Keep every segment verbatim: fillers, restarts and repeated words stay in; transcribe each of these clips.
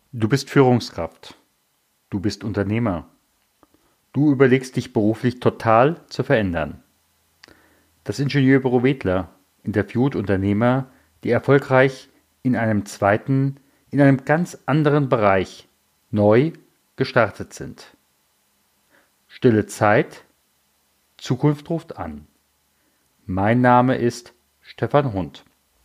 Du bist Führungskraft. Du bist Unternehmer. Du überlegst dich beruflich total zu verändern. Das Ingenieurbüro Wedler interviewt Unternehmer, die erfolgreich in einem zweiten, in einem ganz anderen Bereich neu gestartet sind. Stille Zeit, Zukunft ruft an. Mein Name ist Stefan Hund.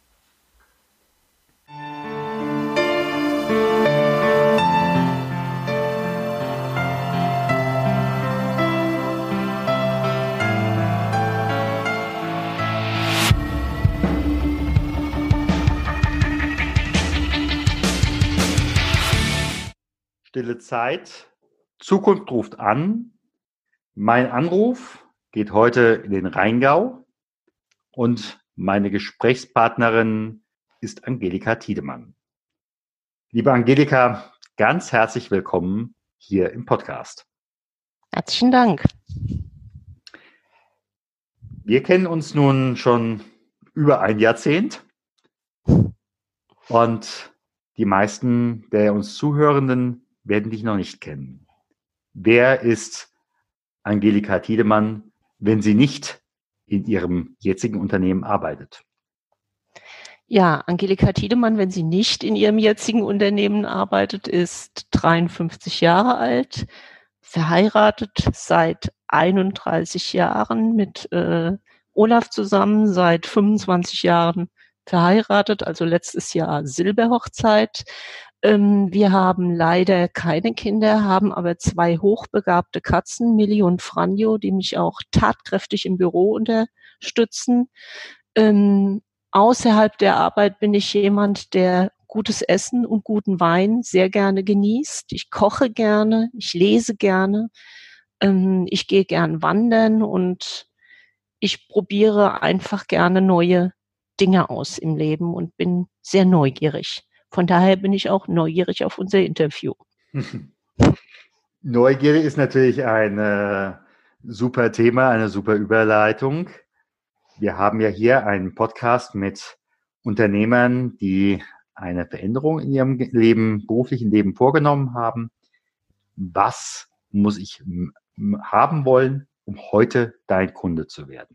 Stille Zeit, Zukunft ruft an. Mein Anruf geht heute in den Rheingau und meine Gesprächspartnerin ist Angelika Tiedemann. Liebe Angelika, ganz herzlich willkommen hier im Podcast. Herzlichen Dank. Wir kennen uns nun schon über ein Jahrzehnt und die meisten der uns Zuhörenden werden dich noch nicht kennen. Wer ist Angelika Tiedemann, wenn sie nicht in ihrem jetzigen Unternehmen arbeitet? Ja, Angelika Tiedemann, wenn sie nicht in ihrem jetzigen Unternehmen arbeitet, ist dreiundfünfzig Jahre alt, verheiratet seit einunddreißig Jahren mit äh, Olaf zusammen, seit fünfundzwanzig Jahren verheiratet, also letztes Jahr Silberhochzeit. Ähm, wir haben leider keine Kinder, haben aber zwei hochbegabte Katzen, Milli und Franjo, die mich auch tatkräftig im Büro unterstützen. Ähm, außerhalb der Arbeit bin ich jemand, der gutes Essen und guten Wein sehr gerne genießt. Ich koche gerne, ich lese gerne, ähm, ich gehe gern wandern und ich probiere einfach gerne neue Dinge aus im Leben und bin sehr neugierig. Von daher bin ich auch neugierig auf unser Interview. Neugierde ist natürlich ein äh, super Thema, eine super Überleitung. Wir haben ja hier einen Podcast mit Unternehmern, die eine Veränderung in ihrem Leben, beruflichen Leben vorgenommen haben. Was muss ich haben wollen, um heute dein Kunde zu werden?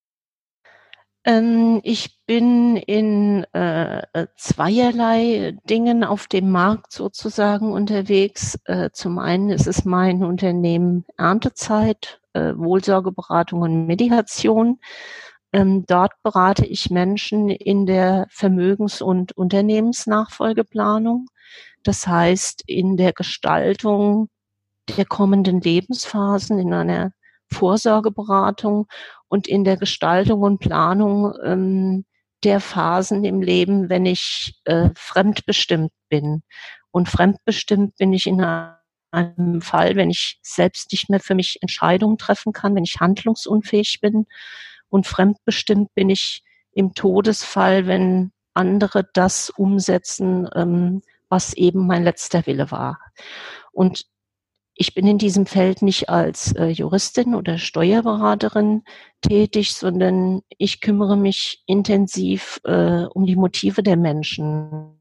Ähm, ich bin in äh, zweierlei Dingen auf dem Markt sozusagen unterwegs. Äh, zum einen ist es mein Unternehmen Erntezeit, äh, Wohlsorgeberatung und Mediation. Ähm, dort berate ich Menschen in der Vermögens- und Unternehmensnachfolgeplanung. Das heißt, in der Gestaltung der kommenden Lebensphasen, in einer Vorsorgeberatung und in der Gestaltung und Planung ähm, der Phasen im Leben, wenn ich äh, fremdbestimmt bin. Und fremdbestimmt bin ich in einem Fall, wenn ich selbst nicht mehr für mich Entscheidungen treffen kann, wenn ich handlungsunfähig bin. Und fremdbestimmt bin ich im Todesfall, wenn andere das umsetzen, ähm, was eben mein letzter Wille war. Und ich bin in diesem Feld nicht als äh, Juristin oder Steuerberaterin tätig, sondern ich kümmere mich intensiv äh, um die Motive der Menschen,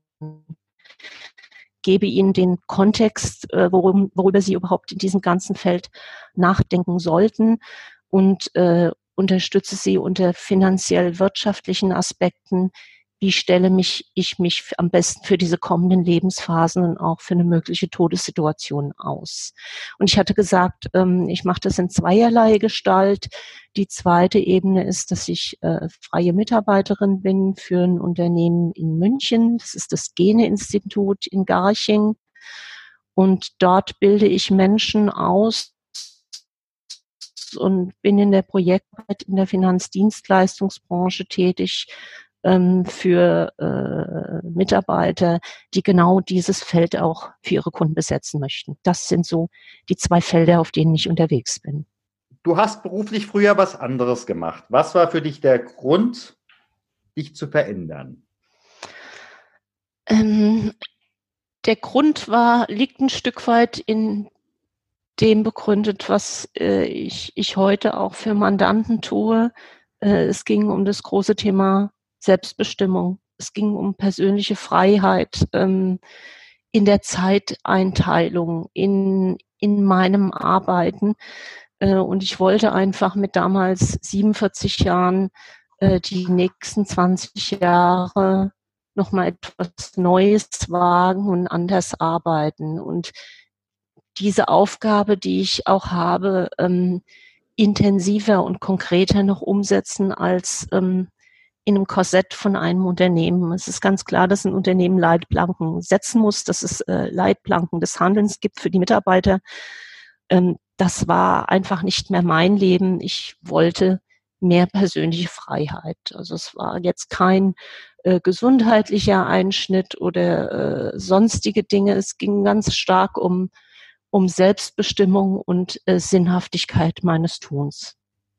gebe ihnen den Kontext, äh, worum, worüber sie überhaupt in diesem ganzen Feld nachdenken sollten und äh, unterstütze sie unter finanziell-wirtschaftlichen Aspekten. Wie stelle mich ich mich am besten für diese kommenden Lebensphasen und auch für eine mögliche Todessituation aus? Und ich hatte gesagt, ähm, ich mache das in zweierlei Gestalt. Die zweite Ebene ist, dass ich äh, freie Mitarbeiterin bin für ein Unternehmen in München. Das ist das Gene-Institut in Garching. Und dort bilde ich Menschen aus und bin in der Projektarbeit in der Finanzdienstleistungsbranche tätig ähm, für äh, Mitarbeiter, die genau dieses Feld auch für ihre Kunden besetzen möchten. Das sind so die zwei Felder, auf denen ich unterwegs bin. Du hast beruflich früher was anderes gemacht. Was war für dich der Grund, dich zu verändern? Ähm, der Grund war, liegt ein Stück weit in dem begründet, was äh, ich, ich heute auch für Mandanten tue. Äh, es ging um das große Thema Selbstbestimmung. Es ging um persönliche Freiheit. Ähm, in der Zeiteinteilung, in, in meinem Arbeiten. Äh, und ich wollte einfach mit damals siebenundvierzig Jahren äh, die nächsten zwanzig Jahre nochmal etwas Neues wagen und anders arbeiten. Und diese Aufgabe, die ich auch habe, ähm, intensiver und konkreter noch umsetzen als ähm, in einem Korsett von einem Unternehmen. Es ist ganz klar, dass ein Unternehmen Leitplanken setzen muss, dass es äh, Leitplanken des Handelns gibt für die Mitarbeiter. Ähm, das war einfach nicht mehr mein Leben. Ich wollte mehr persönliche Freiheit. Also es war jetzt kein äh, gesundheitlicher Einschnitt oder äh, sonstige Dinge. Es ging ganz stark um, um Selbstbestimmung und äh, Sinnhaftigkeit meines Tuns.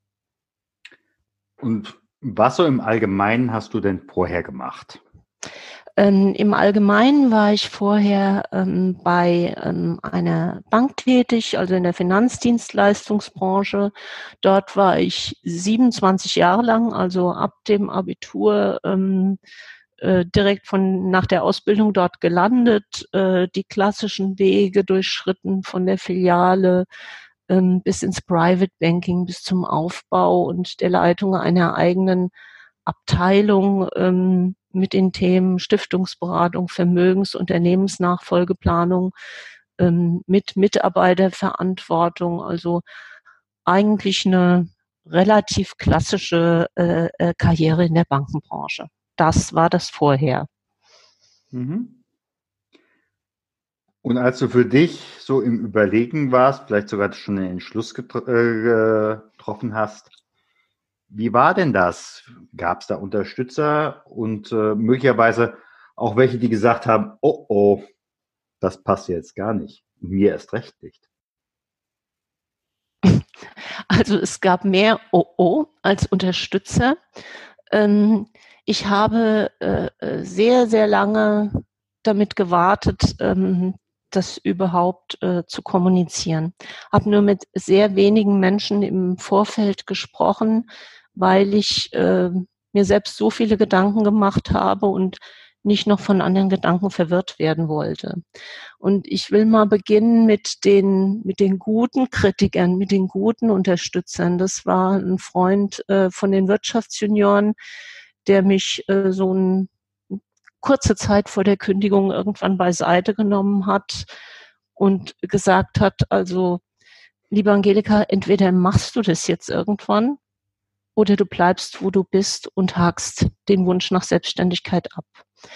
Und was so im Allgemeinen hast du denn vorher gemacht? Ähm, Im Allgemeinen war ich vorher ähm, bei ähm, einer Bank tätig, also in der Finanzdienstleistungsbranche. Dort war ich siebenundzwanzig Jahre lang, also ab dem Abitur ähm, äh, direkt von nach der Ausbildung dort gelandet, äh, die klassischen Wege durchschritten von der Filiale ähm, bis ins Private Banking, bis zum Aufbau und der Leitung einer eigenen Abteilung ähm, mit den Themen Stiftungsberatung, Vermögens- und Unternehmensnachfolgeplanung, ähm, mit Mitarbeiterverantwortung, also eigentlich eine relativ klassische äh, äh, Karriere in der Bankenbranche. Das war das vorher. Mhm. Und als du für dich so im Überlegen warst, vielleicht sogar schon den Entschluss getro äh, getroffen hast, wie war denn das? Gab es da Unterstützer und äh, möglicherweise auch welche, die gesagt haben, oh oh, das passt jetzt gar nicht. Mir erst recht nicht. Also es gab mehr O O als Unterstützer. Ähm, ich habe äh, sehr, sehr lange damit gewartet, ähm, das überhaupt äh, zu kommunizieren. Habe nur mit sehr wenigen Menschen im Vorfeld gesprochen, weil ich äh, mir selbst so viele Gedanken gemacht habe und nicht noch von anderen Gedanken verwirrt werden wollte. Und ich will mal beginnen mit den, mit den guten Kritikern, mit den guten Unterstützern. Das war ein Freund äh, von den Wirtschaftsjunioren, der mich äh, so ein, kurze Zeit vor der Kündigung irgendwann beiseite genommen hat und gesagt hat, also, liebe Angelika, entweder machst du das jetzt irgendwann oder du bleibst, wo du bist und hakst den Wunsch nach Selbstständigkeit ab.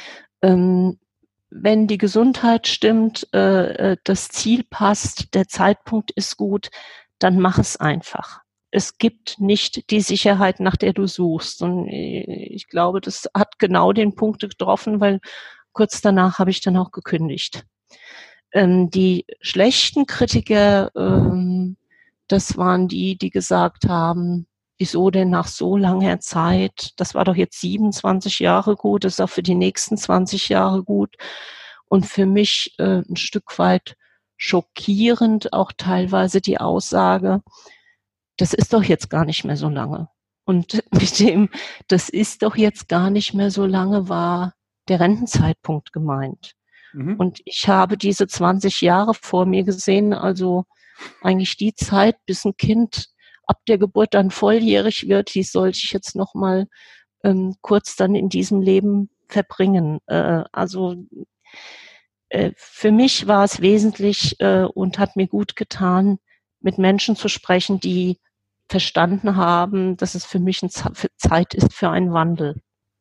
Ähm, wenn die Gesundheit stimmt, äh, das Ziel passt, der Zeitpunkt ist gut, dann mach es einfach. Es gibt nicht die Sicherheit, nach der du suchst. Und ich glaube, das hat genau den Punkt getroffen, weil kurz danach habe ich dann auch gekündigt. Ähm, die schlechten Kritiker, ähm, das waren die, die gesagt haben, wieso denn nach so langer Zeit? Das war doch jetzt siebenundzwanzig Jahre gut, das ist auch für die nächsten zwanzig Jahre gut. Und für mich äh, ein Stück weit schockierend auch teilweise die Aussage, das ist doch jetzt gar nicht mehr so lange. Und mit dem, das ist doch jetzt gar nicht mehr so lange, war der Rentenzeitpunkt gemeint. Mhm. Und ich habe diese zwanzig Jahre vor mir gesehen, also eigentlich die Zeit, bis ein Kind ab der Geburt dann volljährig wird, die sollte ich jetzt noch mal ähm, kurz dann in diesem Leben verbringen. Äh, also äh, für mich war es wesentlich äh, und hat mir gut getan, mit Menschen zu sprechen, die verstanden haben, dass es für mich eine Zeit ist für einen Wandel.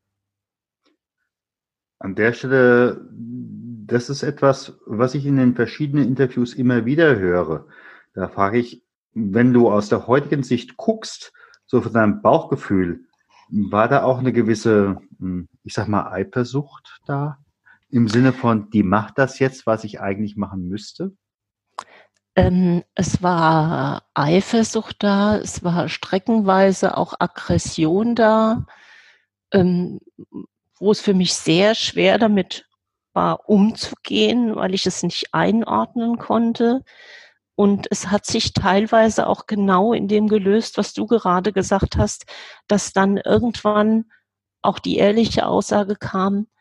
An der Stelle, das ist etwas, was ich in den verschiedenen Interviews immer wieder höre. Da frage ich, wenn du aus der heutigen Sicht guckst, so von deinem Bauchgefühl, war da auch eine gewisse, ich sag mal, Eifersucht da? Im Sinne von, die macht das jetzt, was ich eigentlich machen müsste? Ähm, es war Eifersucht da, es war streckenweise auch Aggression da, ähm, wo es für mich sehr schwer damit war, umzugehen, weil ich es nicht einordnen konnte. Und es hat sich teilweise auch genau in dem gelöst, was du gerade gesagt hast, dass dann irgendwann auch die ehrliche Aussage kam,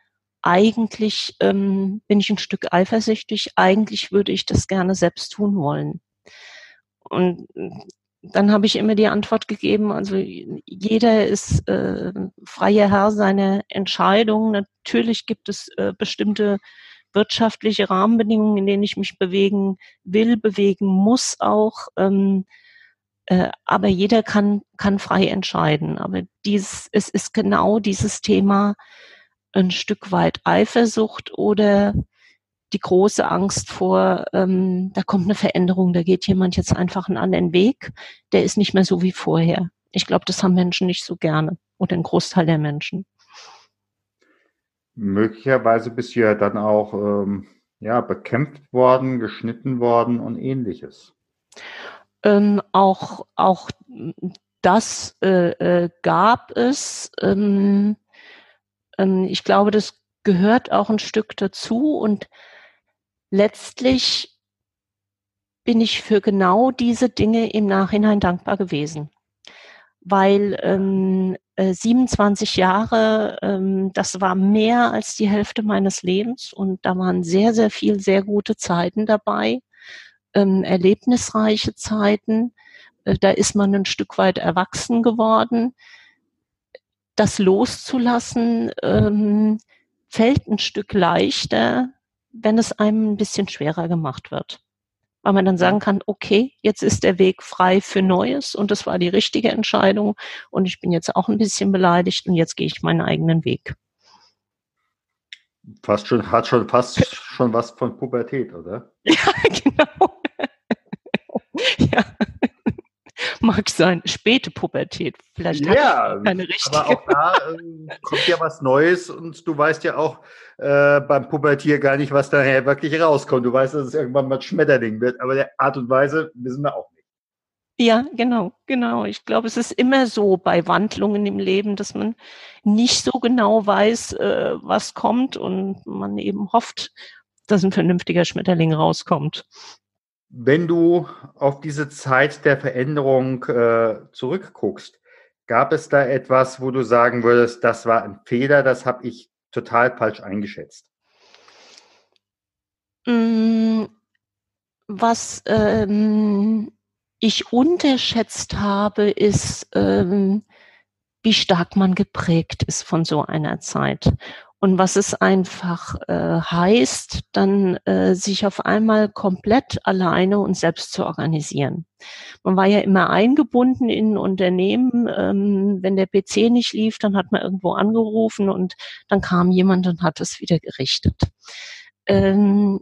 eigentlich ähm, bin ich ein Stück eifersüchtig, eigentlich würde ich das gerne selbst tun wollen. Und dann habe ich immer die Antwort gegeben, also jeder ist äh, freier Herr seiner Entscheidungen. Natürlich gibt es äh, bestimmte wirtschaftliche Rahmenbedingungen, in denen ich mich bewegen will, bewegen muss auch. Ähm, äh, aber jeder kann, kann frei entscheiden. Aber dieses, es ist genau dieses Thema ein Stück weit Eifersucht oder die große Angst vor, ähm, da kommt eine Veränderung, da geht jemand jetzt einfach einen anderen Weg, der ist nicht mehr so wie vorher. Ich glaube, das haben Menschen nicht so gerne oder ein Großteil der Menschen. Möglicherweise bist du ja dann auch ähm, ja, bekämpft worden, geschnitten worden und ähnliches. Ähm, auch, auch das äh, äh, gab es. Ähm, ähm, ich glaube, das gehört auch ein Stück dazu und letztlich bin ich für genau diese Dinge im Nachhinein dankbar gewesen. Weil ähm, äh, siebenundzwanzig Jahre, ähm, das war mehr als die Hälfte meines Lebens und da waren sehr, sehr viel, sehr gute Zeiten dabei, ähm, erlebnisreiche Zeiten. Äh, da ist man ein Stück weit erwachsen geworden. Das loszulassen ähm, fällt ein Stück leichter, wenn es einem ein bisschen schwerer gemacht wird. Weil man dann sagen kann, okay, jetzt ist der Weg frei für Neues und das war die richtige Entscheidung und ich bin jetzt auch ein bisschen beleidigt und jetzt gehe ich meinen eigenen Weg. Fast schon, hat schon fast schon was von Pubertät, oder? Ja, genau. Ja. Mag sein, späte Pubertät. Vielleicht Ja, hat keine richtige. aber auch da äh, kommt ja was Neues und du weißt ja auch äh, beim Pubertier gar nicht, was daher wirklich rauskommt. Du weißt, dass es irgendwann mal Schmetterling wird, aber der Art und Weise wissen wir auch nicht. Ja, genau, genau. Ich glaube, es ist immer so bei Wandlungen im Leben, dass man nicht so genau weiß, äh, was kommt und man eben hofft, dass ein vernünftiger Schmetterling rauskommt. Wenn du auf diese Zeit der Veränderung äh, zurückguckst, gab es da etwas, wo du sagen würdest, das war ein Fehler, das habe ich total falsch eingeschätzt? Mm, was ähm, ich unterschätzt habe, ist, ähm, wie stark man geprägt ist von so einer Zeit. Und was es einfach äh, heißt, dann äh, sich auf einmal komplett alleine und selbst zu organisieren. Man war ja immer eingebunden in ein Unternehmen. Ähm, wenn der P C nicht lief, dann hat man irgendwo angerufen und dann kam jemand und hat es wieder gerichtet. Ähm,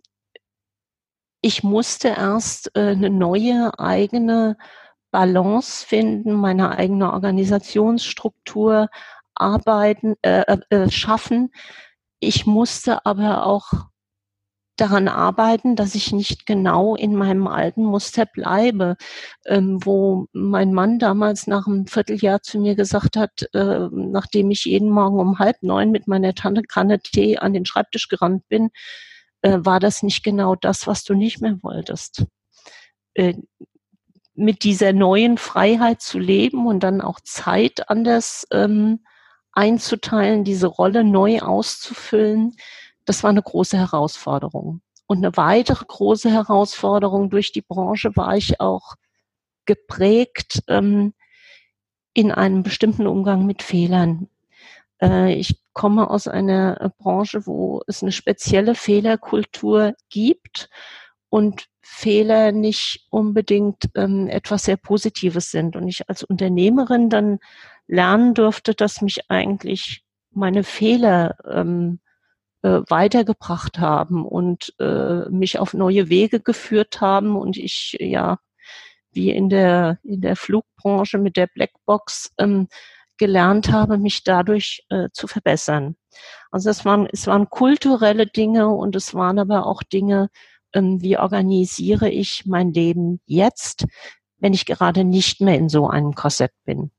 ich musste erst äh, eine neue eigene Balance finden, meine eigene Organisationsstruktur arbeiten, äh, äh, schaffen. Ich musste aber auch daran arbeiten, dass ich nicht genau in meinem alten Muster bleibe, ähm, wo mein Mann damals nach einem Vierteljahr zu mir gesagt hat, äh, nachdem ich jeden Morgen um halb neun mit meiner Tante Kanne Tee an den Schreibtisch gerannt bin, äh, war das nicht genau das, was du nicht mehr wolltest. Äh, mit dieser neuen Freiheit zu leben und dann auch Zeit anders ähm, einzuteilen, diese Rolle neu auszufüllen, das war eine große Herausforderung. Und eine weitere große Herausforderung durch die Branche war ich auch geprägt ähm, in einem bestimmten Umgang mit Fehlern. Äh, ich komme aus einer Branche, wo es eine spezielle Fehlerkultur gibt und Fehler nicht unbedingt ähm, etwas sehr Positives sind. Und ich als Unternehmerin dann lernen durfte, dass mich eigentlich meine Fehler ähm, äh, weitergebracht haben und äh, mich auf neue Wege geführt haben und ich ja wie in der in der Flugbranche mit der Blackbox ähm, gelernt habe, mich dadurch äh, zu verbessern. Also es waren es waren kulturelle Dinge und es waren aber auch Dinge, ähm, wie organisiere ich mein Leben jetzt, wenn ich gerade nicht mehr in so einem Korsett bin.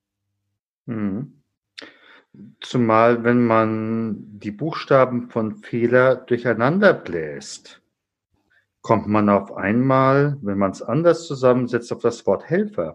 Mhm. Zumal, wenn man die Buchstaben von Fehler durcheinander bläst, kommt man auf einmal, wenn man es anders zusammensetzt, auf das Wort Helfer.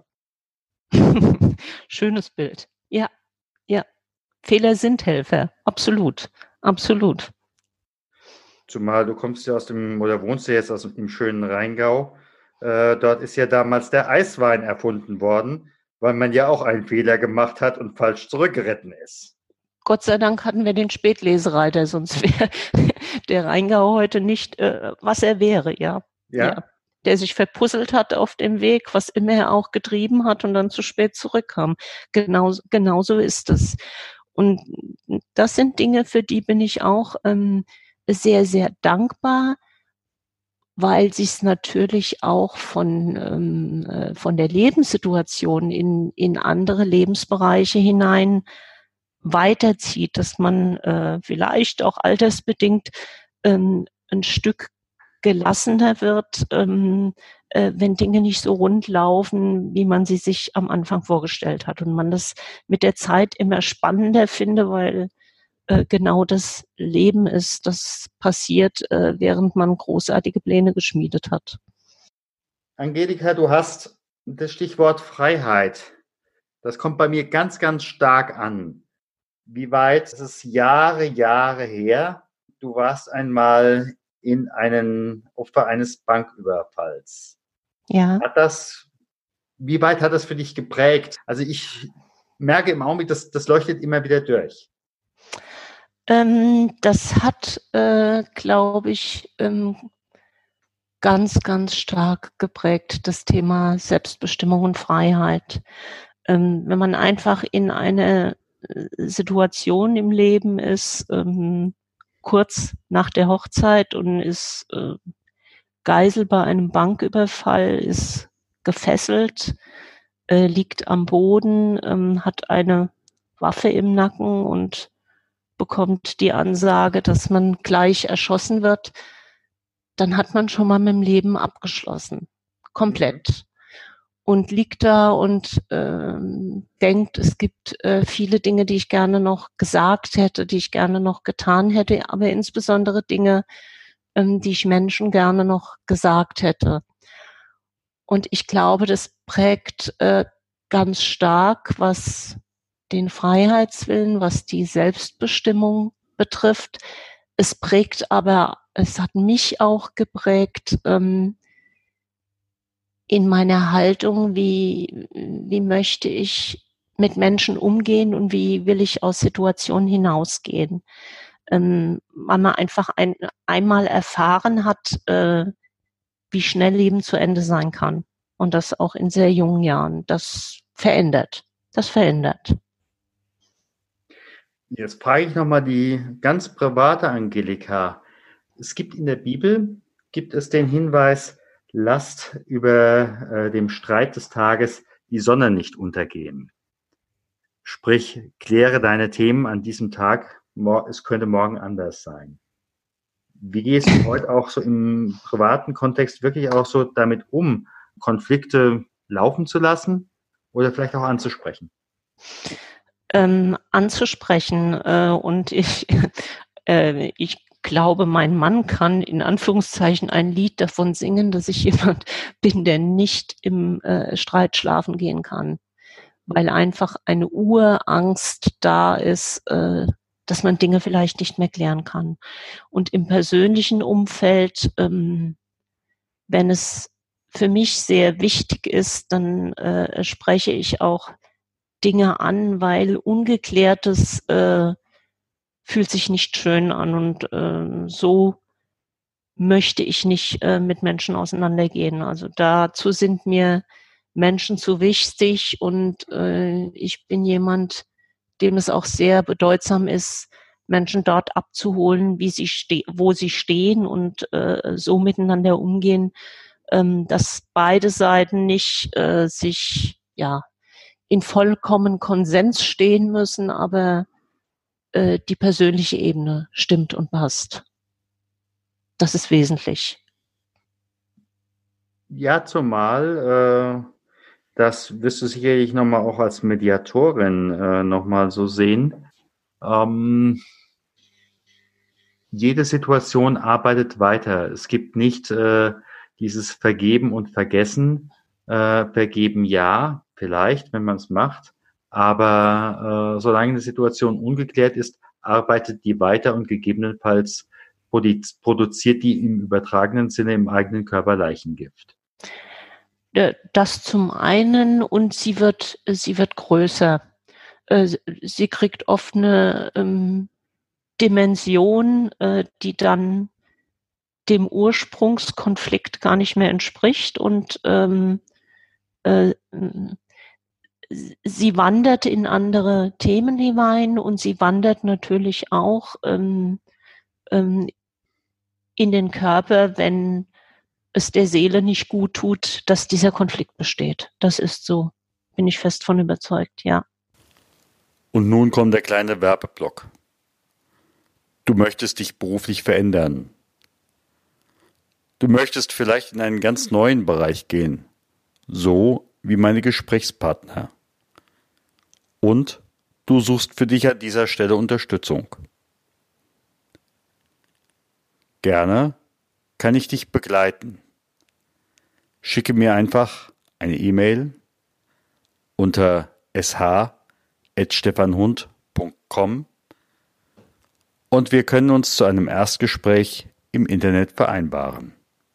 Schönes Bild. Ja, ja. Fehler sind Helfer, absolut. absolut. Zumal du kommst ja aus dem, oder wohnst ja jetzt aus dem schönen Rheingau. Äh, dort ist ja damals der Eiswein erfunden worden, weil man ja auch einen Fehler gemacht hat und falsch zurückgeritten ist. Gott sei Dank hatten wir den Spätlesereiter, sonst wäre der Rheingau heute nicht, äh, was er wäre, ja. Ja? ja. Der sich verpuzzelt hat auf dem Weg, was immer er auch getrieben hat und dann zu spät zurückkam. Genau, genau so ist es. Und das sind Dinge, für die bin ich auch ähm, sehr, sehr dankbar, weil sich es natürlich auch von, ähm, äh, von der Lebenssituation in, in andere Lebensbereiche hinein weiterzieht, dass man äh, vielleicht auch altersbedingt ähm, ein Stück gelassener wird, ähm, äh, wenn Dinge nicht so rund laufen, wie man sie sich am Anfang vorgestellt hat. Und man das mit der Zeit immer spannender finde, weil äh, genau das Leben ist, das passiert, äh, während man großartige Pläne geschmiedet hat. Angelika, du hast das Stichwort Freiheit. Das kommt bei mir ganz, ganz stark an. Wie weit ist es Jahre, Jahre her? Du warst einmal in einen Opfer eines Banküberfalls. Ja. Hat das, wie weit hat das für dich geprägt? Also ich merke im Augenblick, das, das leuchtet immer wieder durch. Ähm, das hat, äh, glaube ich, ähm, ganz, ganz stark geprägt, das Thema Selbstbestimmung und Freiheit. Ähm, wenn man einfach in einer Situation im Leben ist, ähm, kurz nach der Hochzeit und ist äh, Geisel bei einem Banküberfall, ist gefesselt, äh, liegt am Boden, ähm, hat eine Waffe im Nacken und bekommt die Ansage, dass man gleich erschossen wird, dann hat man schon mal mit dem Leben abgeschlossen. Komplett. Mhm. Und liegt da und ähm, denkt, es gibt äh, viele Dinge, die ich gerne noch gesagt hätte, die ich gerne noch getan hätte, aber insbesondere Dinge, ähm, die ich Menschen gerne noch gesagt hätte. Und ich glaube, das prägt äh, ganz stark, was den Freiheitswillen, was die Selbstbestimmung betrifft. Es prägt aber, es hat mich auch geprägt, ähm, in meiner Haltung, wie, wie möchte ich mit Menschen umgehen und wie will ich aus Situationen hinausgehen. Ähm, weil man einfach ein, einmal erfahren hat, äh, wie schnell Leben zu Ende sein kann. Und das auch in sehr jungen Jahren. Das verändert. Das verändert. Jetzt frage ich nochmal die ganz private Angelika. Es gibt in der Bibel, gibt es den Hinweis, lasst über äh, dem Streit des Tages die Sonne nicht untergehen. Sprich, kläre deine Themen an diesem Tag, es könnte morgen anders sein. Wie gehst du heute auch so im privaten Kontext wirklich auch so damit um, Konflikte laufen zu lassen oder vielleicht auch anzusprechen? Ähm, anzusprechen äh, und ich, äh, ich glaube, mein Mann kann in Anführungszeichen ein Lied davon singen, dass ich jemand bin, der nicht im äh, Streit schlafen gehen kann, weil einfach eine Urangst da ist, äh, dass man Dinge vielleicht nicht mehr klären kann. Und im persönlichen Umfeld, ähm, wenn es für mich sehr wichtig ist, dann äh, spreche ich auch Dinge an, weil Ungeklärtes äh, fühlt sich nicht schön an und äh, so möchte ich nicht äh, mit Menschen auseinandergehen. Also dazu sind mir Menschen zu wichtig und äh, ich bin jemand, dem es auch sehr bedeutsam ist, Menschen dort abzuholen, wie sie ste- wo sie stehen und äh, so miteinander umgehen, ähm, dass beide Seiten nicht äh, sich ja in vollkommen Konsens stehen müssen, aber äh, die persönliche Ebene stimmt und passt. Das ist wesentlich. Ja, zumal, äh, das wirst du sicherlich nochmal auch als Mediatorin äh, nochmal so sehen. Ähm, jede Situation arbeitet weiter. Es gibt nicht äh, dieses Vergeben und Vergessen. Äh, vergeben ja, vielleicht, wenn man es macht. Aber äh, solange eine Situation ungeklärt ist, arbeitet die weiter und gegebenenfalls produziert die im übertragenen Sinne im eigenen Körper Leichengift. Das zum einen, und sie wird, sie wird größer. Sie kriegt oft eine ähm, Dimension, äh, die dann dem Ursprungskonflikt gar nicht mehr entspricht, und ähm, äh, sie wandert in andere Themen hinein, und sie wandert natürlich auch ähm, ähm, in den Körper, wenn es der Seele nicht gut tut, dass dieser Konflikt besteht. Das ist so, bin ich fest von überzeugt, ja. Und nun kommt der kleine Werbeblock. Du möchtest dich beruflich verändern. Du möchtest vielleicht in einen ganz neuen Bereich gehen, so wie meine Gesprächspartner. Und du suchst für dich an dieser Stelle Unterstützung. Gerne kann ich dich begleiten. Schicke mir einfach eine E-Mail unter s h at stephanhund punkt com und wir können uns zu einem Erstgespräch im Internet vereinbaren.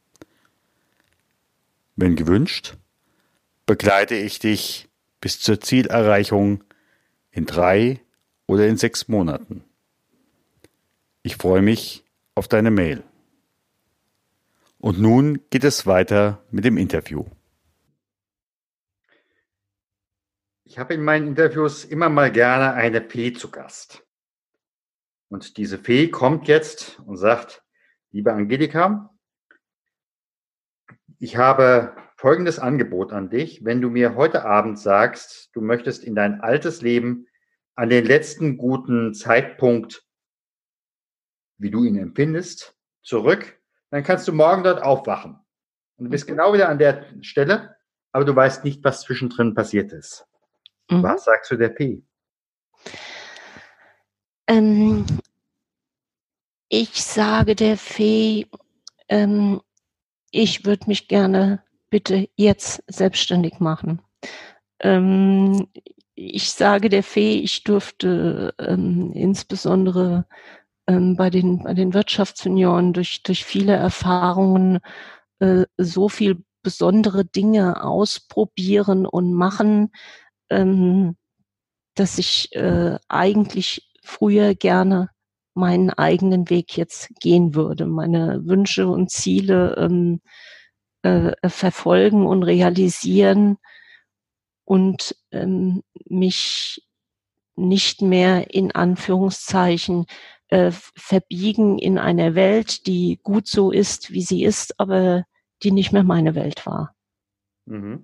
Wenn gewünscht, begleite ich dich bis zur Zielerreichung in drei oder in sechs Monaten. Ich freue mich auf deine Mail. Und nun geht es weiter mit dem Interview. Ich habe in meinen Interviews immer mal gerne eine Fee zu Gast. Und diese Fee kommt jetzt und sagt: Liebe Angelika, ich habe folgendes Angebot an dich. Wenn du mir heute Abend sagst, du möchtest in dein altes Leben an den letzten guten Zeitpunkt, wie du ihn empfindest, zurück, dann kannst du morgen dort aufwachen. Und du bist mhm. genau wieder an der Stelle, aber du weißt nicht, was zwischendrin passiert ist. Mhm. Was sagst du der Fee? Ähm, ich sage der Fee, ähm, ich würde mich gerne bitte jetzt selbstständig machen. Ähm, ich sage der Fee, ich durfte ähm, insbesondere ähm, bei den, bei den Wirtschaftssenioren durch, durch viele Erfahrungen äh, so viel besondere Dinge ausprobieren und machen, ähm, dass ich äh, eigentlich früher gerne meinen eigenen Weg jetzt gehen würde, meine Wünsche und Ziele ähm, äh, verfolgen und realisieren und ähm, mich nicht mehr in Anführungszeichen äh, verbiegen in einer Welt, die gut so ist, wie sie ist, aber die nicht mehr meine Welt war. Mhm.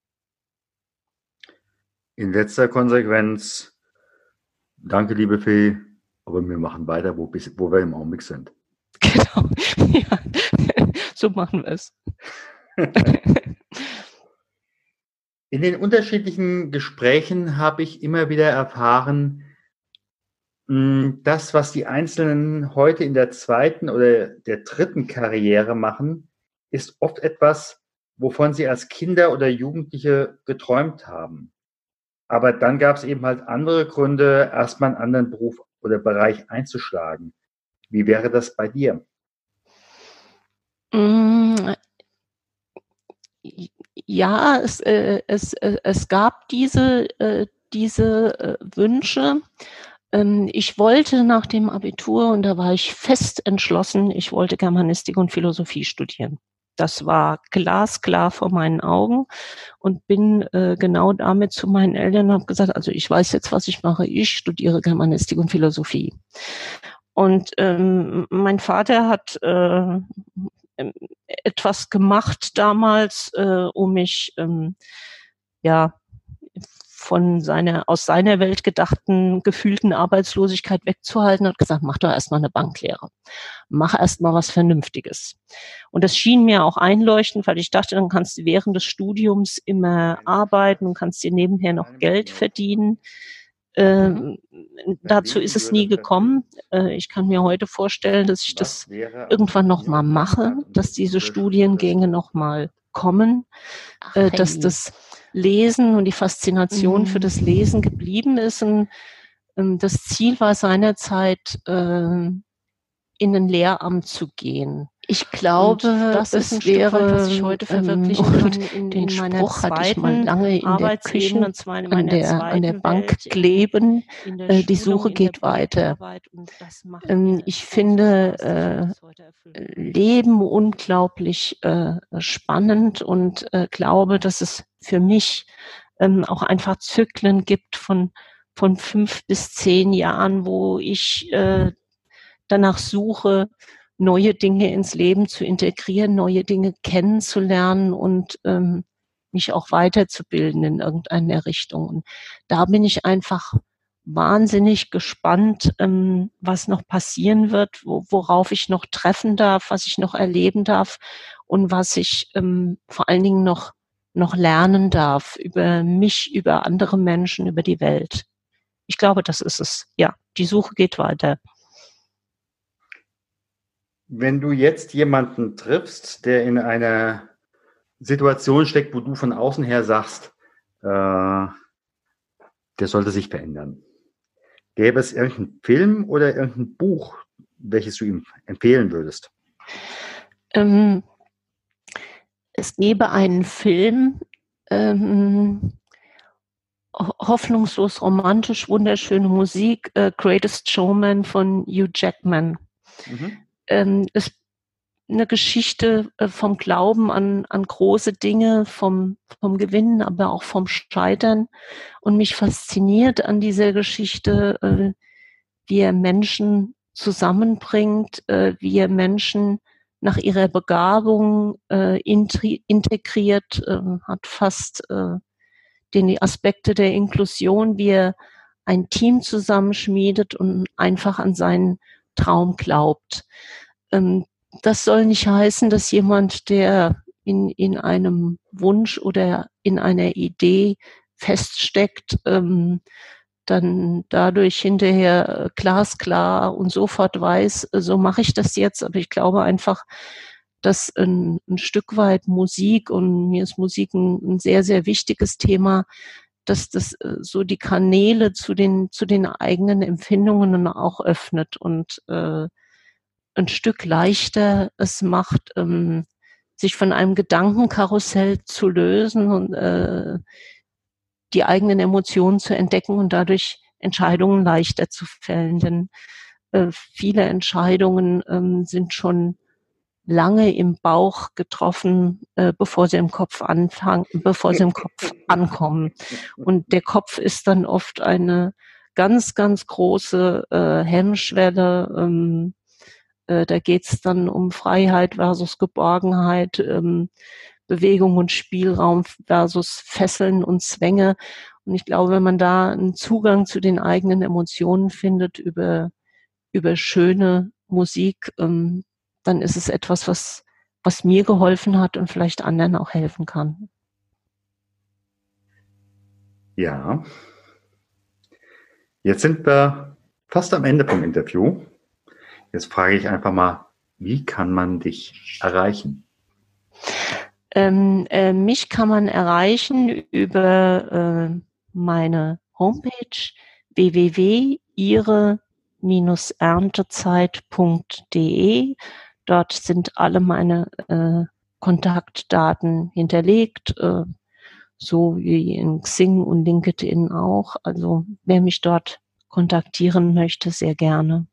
In letzter Konsequenz, danke, liebe Fee, aber wir machen weiter, wo, wo wir im Augenblick sind. Genau, ja, so machen wir es. In den unterschiedlichen Gesprächen habe ich immer wieder erfahren, das, was die Einzelnen heute in der zweiten oder der dritten Karriere machen, ist oft etwas, wovon sie als Kinder oder Jugendliche geträumt haben. Aber dann gab es eben halt andere Gründe, erstmal einen anderen Beruf oder Bereich einzuschlagen. Wie wäre das bei dir? Ja, es, äh, es, äh, es gab diese, äh, diese äh, Wünsche. Ähm, ich wollte nach dem Abitur, und da war ich fest entschlossen, ich wollte Germanistik und Philosophie studieren. Das war glasklar vor meinen Augen, und bin äh, genau damit zu meinen Eltern und habe gesagt, also ich weiß jetzt, was ich mache. Ich studiere Germanistik und Philosophie. Und ähm, mein Vater hat äh, etwas gemacht damals, äh, um mich ähm, ja von seiner, aus seiner Welt gedachten, gefühlten Arbeitslosigkeit wegzuhalten, hat gesagt, mach doch erstmal eine Banklehre. Mach erstmal was Vernünftiges. Und das schien mir auch einleuchtend, weil ich dachte, dann kannst du während des Studiums immer arbeiten und kannst dir nebenher noch Geld verdienen. Ähm, dazu ist es nie gekommen. Äh, ich kann mir heute vorstellen, dass ich das irgendwann nochmal mache, dass diese Studiengänge nochmal kommen, äh, dass das Lesen und die Faszination für das Lesen geblieben ist. Und Ähm, das Ziel war seinerzeit, äh, in ein Lehramt zu gehen. Ich glaube, es wäre, was ich heute verwirklichen ähm, kann, in, den in meiner Spruch hatte ich mal lange in der Küche, und zwar in an der, an der Bank Welt, kleben, in, in äh, die Suche geht weiter. Ähm, ich finde äh, Leben unglaublich äh, spannend und äh, glaube, dass es für mich ähm, auch einfach Zyklen gibt von, von fünf bis zehn Jahren, wo ich äh, danach suche, neue Dinge ins Leben zu integrieren, neue Dinge kennenzulernen und ähm, mich auch weiterzubilden in irgendeiner Richtung. Und da bin ich einfach wahnsinnig gespannt, ähm, was noch passieren wird, wo, worauf ich noch treffen darf, was ich noch erleben darf und was ich ähm, vor allen Dingen noch, noch lernen darf über mich, über andere Menschen, über die Welt. Ich glaube, das ist es. Ja, die Suche geht weiter. Wenn du jetzt jemanden triffst, der in einer Situation steckt, wo du von außen her sagst, äh, der sollte sich verändern. Gäbe es irgendeinen Film oder irgendein Buch, welches du ihm empfehlen würdest? Ähm, es gäbe einen Film, ähm, hoffnungslos romantisch, wunderschöne Musik, äh, Greatest Showman von Hugh Jackman. Mhm. Ähm, ist eine Geschichte äh, vom Glauben an, an große Dinge, vom, vom Gewinnen, aber auch vom Scheitern. Und mich fasziniert an dieser Geschichte, äh, wie er Menschen zusammenbringt, äh, wie er Menschen nach ihrer Begabung äh, integriert, äh, hat fast äh, den Aspekte der Inklusion, wie er ein Team zusammenschmiedet und einfach an seinen Traum glaubt. Ähm, das soll nicht heißen, dass jemand, der in, in einem Wunsch oder in einer Idee feststeckt, ähm, dann dadurch hinterher glasklar und sofort weiß, so mache ich das jetzt. Aber ich glaube einfach, dass ein, ein Stück weit Musik, und mir ist Musik ein, ein sehr, sehr wichtiges Thema, dass das so die Kanäle zu den, zu den eigenen Empfindungen auch öffnet und äh, ein Stück leichter es macht, ähm, sich von einem Gedankenkarussell zu lösen und äh, die eigenen Emotionen zu entdecken und dadurch Entscheidungen leichter zu fällen. Denn äh, viele Entscheidungen ähm, sind schon lange im Bauch getroffen, äh, bevor sie im Kopf anfangen, bevor sie im Kopf ankommen. Und der Kopf ist dann oft eine ganz, ganz große äh, Hemmschwelle. Ähm, äh, da geht es dann um Freiheit versus Geborgenheit, ähm, Bewegung und Spielraum versus Fesseln und Zwänge. Und ich glaube, wenn man da einen Zugang zu den eigenen Emotionen findet über, über schöne Musik, ähm, dann ist es etwas, was, was mir geholfen hat und vielleicht anderen auch helfen kann. Ja. Jetzt sind wir fast am Ende vom Interview. Jetzt frage ich einfach mal, wie kann man dich erreichen? Ähm, äh, mich kann man erreichen über äh, meine Homepage w w w punkt ihre Erntezeit punkt de. Dort sind alle meine äh, Kontaktdaten hinterlegt, äh, so wie in Xing und LinkedIn auch. Also wer mich dort kontaktieren möchte, sehr gerne.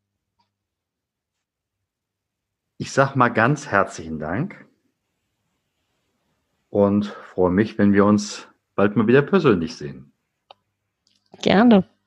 Ich sage mal ganz herzlichen Dank und freue mich, wenn wir uns bald mal wieder persönlich sehen. Gerne.